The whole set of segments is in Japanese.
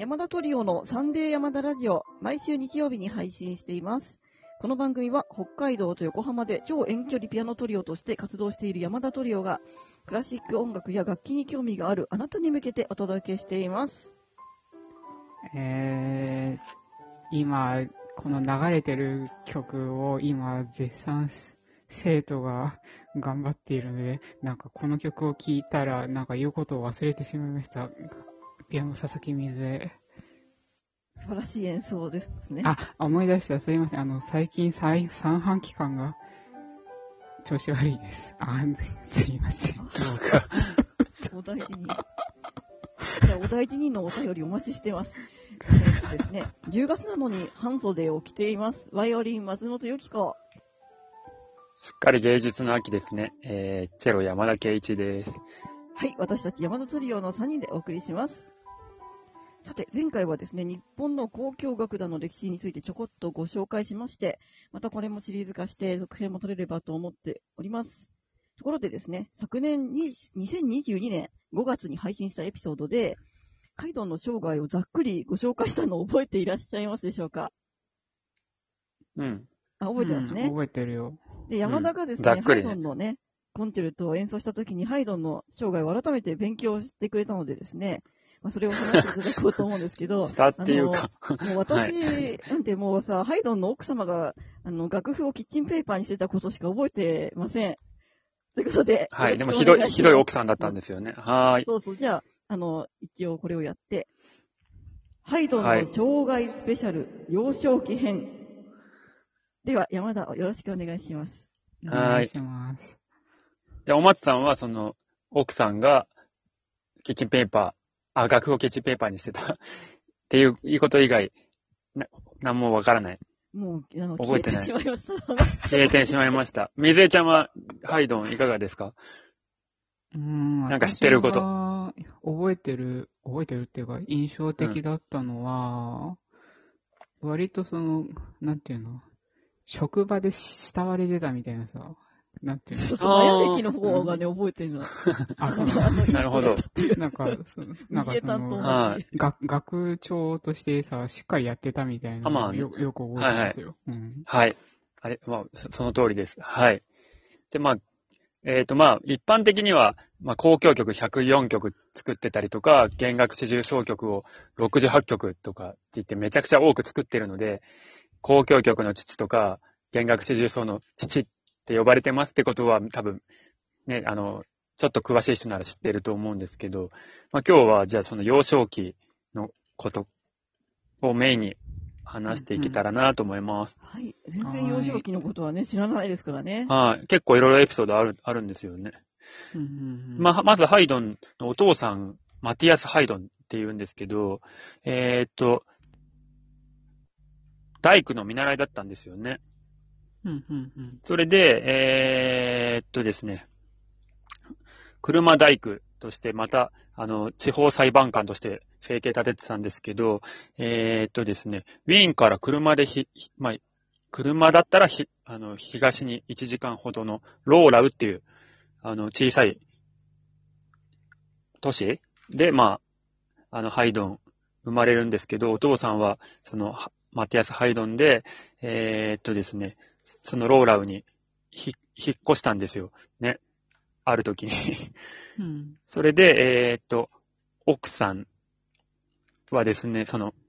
山田トリオのサンデー山田ラジオ、毎週日曜日に配信しています。この番組は北海道と横浜で超遠距離ピアノトリオとして活動している山田トリオが、クラシック音楽や楽器に興味があるあなたに向けてお届けしています。 今、この流れてる曲を今絶賛生徒が頑張っているので、なんかこの曲を聴いたらなんか言うことを忘れてしまいました。ピアノ佐々木水江。 素晴らしい演奏ですね。 思い出した。すいません。最近三半規管が調子悪いです。すいません。どうか。 お大事に。じゃあ、お大事にのお便りお待ちしてます。ですね、10月なのに半袖を着ています。バイオリン、松本由紀子。 すっかり芸術の秋ですね。チェロ山田圭一です。 はい、私たち山田トリオの3人でお送りします。さて、前回はですね、日本の交響楽団の歴史についてちょこっとご紹介しまして、またこれもシリーズ化して続編も取れればと思っております。ところでですね、昨年に2022年5月に配信したエピソードで、ハイドンの生涯をざっくりご紹介したのを覚えていらっしゃいますでしょうか？ うん。 覚えてますね。 覚えてるよ。 で、山田がですね、ハイドンのね、コンチェルトを演奏したときにハイドンの生涯を改めて勉強してくれたのでですね、それを話していただこうと思うんですけど、 したっていうか。 もう私、なんてもうさ、ハイドンの奥様が、楽譜をキッチンペーパーにしてたことしか覚えてません。ということで。 はい、でもひどい奥さんだったんですよね。はい。 そうそう、じゃあ、一応これをやって、ハイドンの生涯スペシャル、幼少期編。では、山田、よろしくお願いします。 お願いします。 じゃあ、お松さんは、奥さんが、キッチンペーパー、楽譜をキッチンペーパーにしてたっていうこと以外、何もわからない。 もう、 覚えてない。 消えてしまいました。 消えてしまいました。水江ちゃんは、ハイドンいかがですか？なんか知ってること。 覚えてるっていうか、印象的だったのは、割となんていうの、職場で慕われてたみたいなさ、なんていうの。 そうそう、マヤ歴の方がね、覚えてるの。 なるほど。 学長としてさ、しっかりやってたみたいなのよく覚えてますよ。 はい。あれ、その通りです。はい。で、一般的には、交響曲104曲作ってたりとか、弦楽四重奏曲を68曲とかって言ってめちゃくちゃ多く作ってるので、交響曲の父とか、弦楽四重奏の父って呼ばれてますってことは多分、ね、ちょっと詳しい人なら知ってると思うんですけど、今日はじゃあその幼少期のことをメインに話していけたらなと思います。 はい。全然幼少期のことはね、知らないですからね。 はい。結構いろいろエピソードあるんですよね。まずハイドンのお父さん、マティアス・ハイドンって言うんですけど、大工の見習いだったんですよね。それで、ですね、車大工としてまた、地方裁判官として生計立ててたんですけど、ですね、ウィーンから車で車だったら東に1時間ほどのローラウっていう、小さい都市で、ハイドン生まれるんですけど、お父さんは、マティアス・ハイドンで、ですね、そのローラウに引っ越したんですよ。ね。ある時にそれで、奥さんはですね、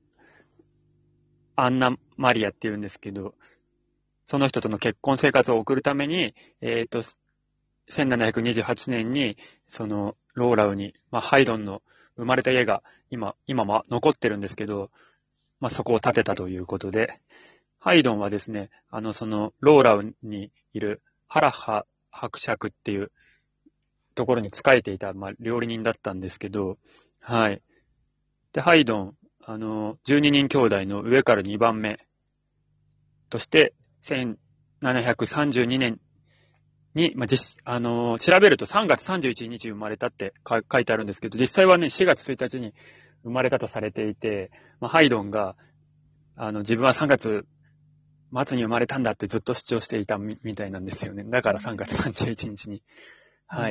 アンナ・マリアっていうんですけど、その人との結婚生活を送るために、1728年に、ローラウに、ハイドンの生まれた家が今も残ってるんですけど、そこを建てたということで、ハイドンはですね、ローラウにいるハラハ伯爵っていうところに仕えていた、料理人だったんですけど、はい。で、ハイドン、12人兄弟の上から2番目として、1732年に、調べると3月31日生まれたって書いてあるんですけど、実際はね、4月1日に生まれたとされていて、ハイドンが、自分は3月末に生まれたんだってずっと主張していたみたいなんですよね。だから3月31日に。はい。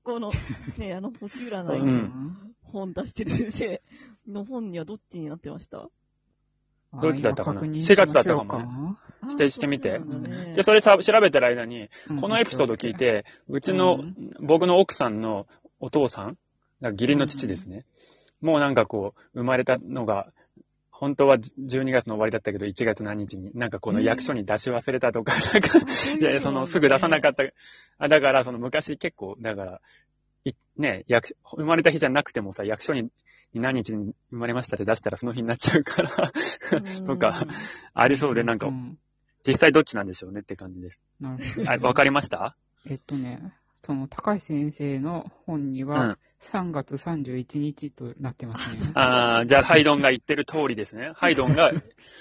高橋先生、学校の、ね、星占い、 本出してる先生の本にはどっちになってました？ どっちだったかな今確認 4月だったかもしましょうしてみてそうなんだねで、それさ、調べてる間に、 うんこのエピソード聞いて、僕の奥さんのお父さん、だから義理の父ですね。もうなんかこう、生まれたのが、本当は12月の終わりだったけど、1月何日に、なんかこの役所に出し忘れたとか、なんか、いやいや、すぐ出さなかった。だから、昔結構、だから、ね、生まれた日じゃなくてもさ、役所に何日に生まれましたって出したらその日になっちゃうからとか、ありそうで、なんか、実際どっちなんでしょうねって感じです。 なるほど。 はい、わかりました？ その高橋先生の本には、3月31日となってますね。 じゃあ、ハイドンが言ってる通りですね。ハイドンが、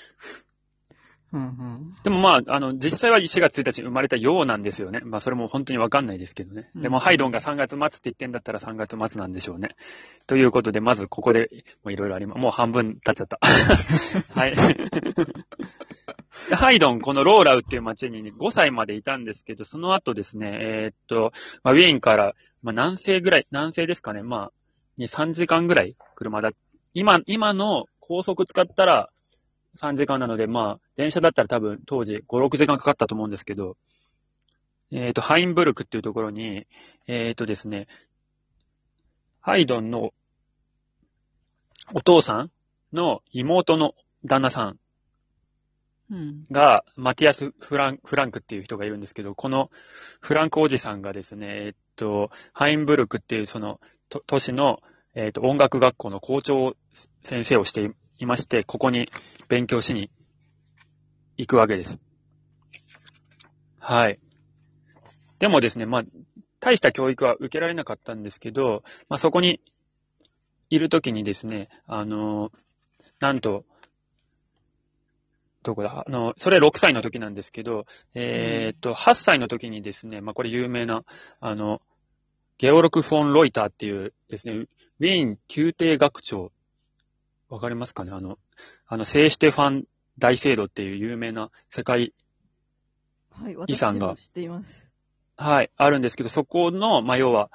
でもまあ、実際は4月1日に生まれたようなんですよね。まあ、それも本当にわかんないですけどね。でも、ハイドンが3月末って言ってんだったら3月末なんでしょうね。ということで、まずここでもういろいろあります。もう半分経っちゃった。はい。ハイドン、このローラウっていう町に5歳までいたんですけど、その後ですね、ウィーンから、南西ですかね、3時間ぐらい車だ。今の高速使ったら3時間なので、電車だったら多分当時5、6時間かかったと思うんですけど、ハインブルクっていうところに、ですね、ハイドンのお父さんの妹の旦那さんが、マティアス・フランクっていう人がいるんですけど、このフランクおじさんがですね、ハインブルクっていうその都市の、音楽学校の校長先生をしていまして、ここに勉強しに行くわけです。はい。でもですね、大した教育は受けられなかったんですけど、そこにいるときにですね、なんと、どこだそれ6歳の時なんですけど、8歳の時にですね、これ有名な、ゲオルク・フォン・ロイターっていうですね、ウィーン宮廷楽長、わかりますかね聖シュテファン大聖堂っていう有名な世界遺産が、 はい、私も知っています。 はい、あるんですけど、そこの、要は、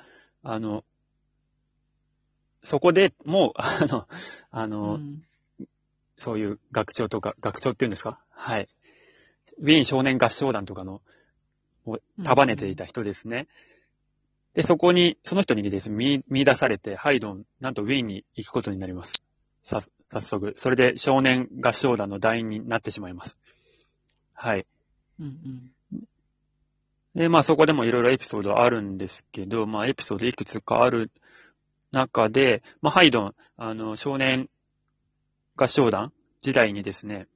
そこでもう、そういう学長っていうんですか？はい。ウィーン少年合唱団とかの、を束ねていた人ですね。で、その人にですね、見出されて、ハイドン、なんとウィーンに行くことになります。早速。それで少年合唱団の団員になってしまいます。はい。で、そこでもいろいろエピソードあるんですけど、エピソードいくつかある中で、ハイドン、少年合唱団時代にですね、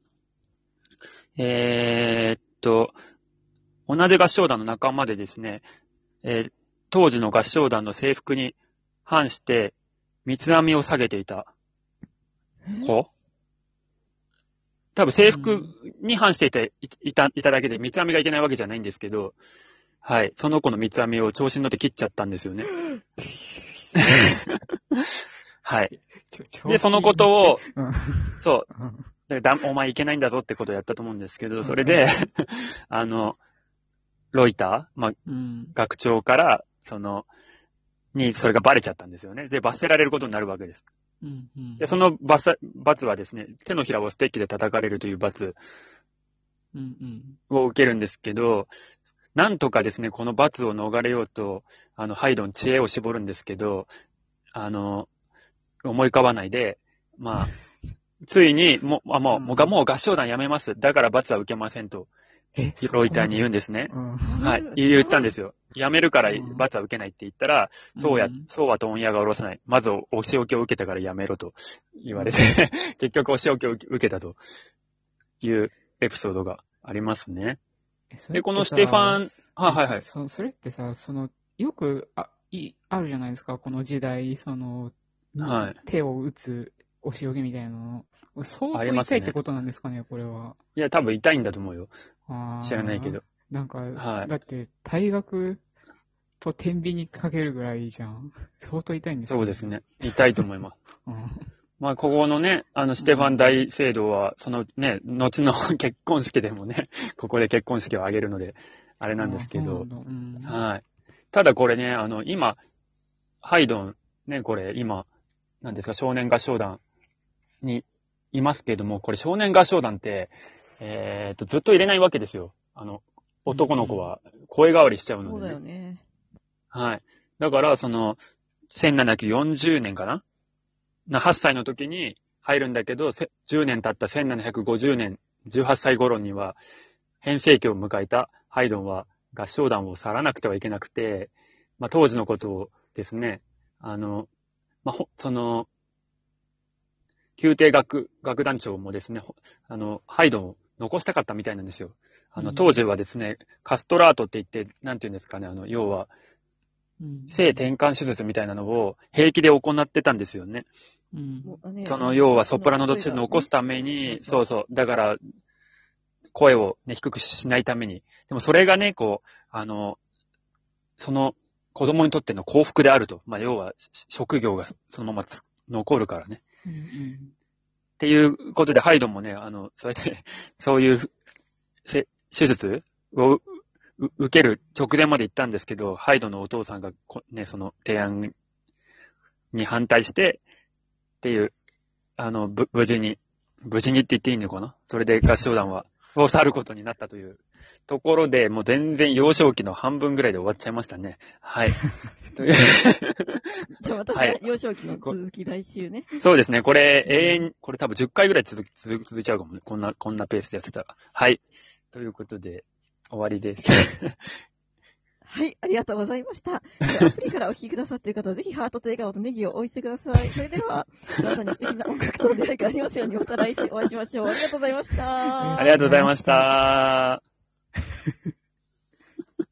同じ合唱団の仲間でですね、当時の合唱団の制服に反して三つ編みを下げていた子、多分制服に反していただけで三つ編みがいけないわけじゃないんですけど、はい、その子の三つ編みを調子に乗って切っちゃったんですよね。はい。で、そのことを、そう、お前いけないんだぞってことをやったと思うんですけど、それで、ロイター、学長から、それがバレちゃったんですよね。で、罰せられることになるわけです。で、その罰はですね、手のひらをステッキで叩かれるという罰を受けるんですけど、なんとかですね、この罰を逃れようと、ハイドン知恵を絞るんですけど、思い浮かばないで、ついに、もう合唱団やめます。だから罰は受けませんと、ロイターに言うんですね。はい。言ったんですよ。やめるから罰は受けないって言ったら、そうは問屋が下ろさない。まずお仕置きを受けたからやめろと言われて、結局お仕置きを受けたというエピソードがありますね。で、このステファン、はい。 それってさ、よくあるじゃないですか、この時代、手を打つお仕置きみたいなの。相当痛いってことなんですかね、これは。 いや、多分痛いんだと思うよ。知らないけど。 だって、退学と天秤にかけるぐらいじゃん。相当痛いんですかね。 そうですね。痛いと思います。ここのね、ステファン大聖堂は、そのね、後の結婚式でもね、ここで結婚式を挙げるので、あれなんですけど、はい。ただこれね、今、ハイドン、ね、これ今、 なんですか、少年合唱団にいますけれども、これ少年合唱団って、ずっと入れないわけですよ。男の子は声変わりしちゃうので、ね。 そうだよね。 はい。だから、1740年かな8歳の時に入るんだけど、10年経った1750年、18歳頃には、変声期を迎えたハイドンは合唱団を去らなくてはいけなくて、まあ、当時のことをですね、宮廷楽団長もですね、ハイドンを残したかったみたいなんですよ。当時はですね、カストラートって言って、なんていうんですかね、要は、性転換手術みたいなのを平気で行ってたんですよね。要はソプラノとして残すために、そうそう。だから、声をね、低くしないために。でもそれがね、その子供にとっての幸福であると。まあ、要は、職業がそのまま残るからね。っていうことで、ハイドンもね、そういう手術を受ける直前まで行ったんですけど、ハイドンのお父さんがね、その提案に反対して、っていう、無事にって言っていいのかな？それで合唱団を去ることになったというところで、もう全然幼少期の半分ぐらいで終わっちゃいましたね。はい。というじゃあまた、はい、幼少期の続き来週ね。 そうですね。これ多分10回ぐらい続いちゃうかもね。こんなペースでやってたら。はい。ということで、終わりです。 はい、ありがとうございました。アプリからお聞きくださっている方は、ぜひハートと笑顔とネギをお寄せください。それでは、あなたに素敵な音楽との出会いがありますように、また来週お会いしましょう。ありがとうございました。 ありがとうございました。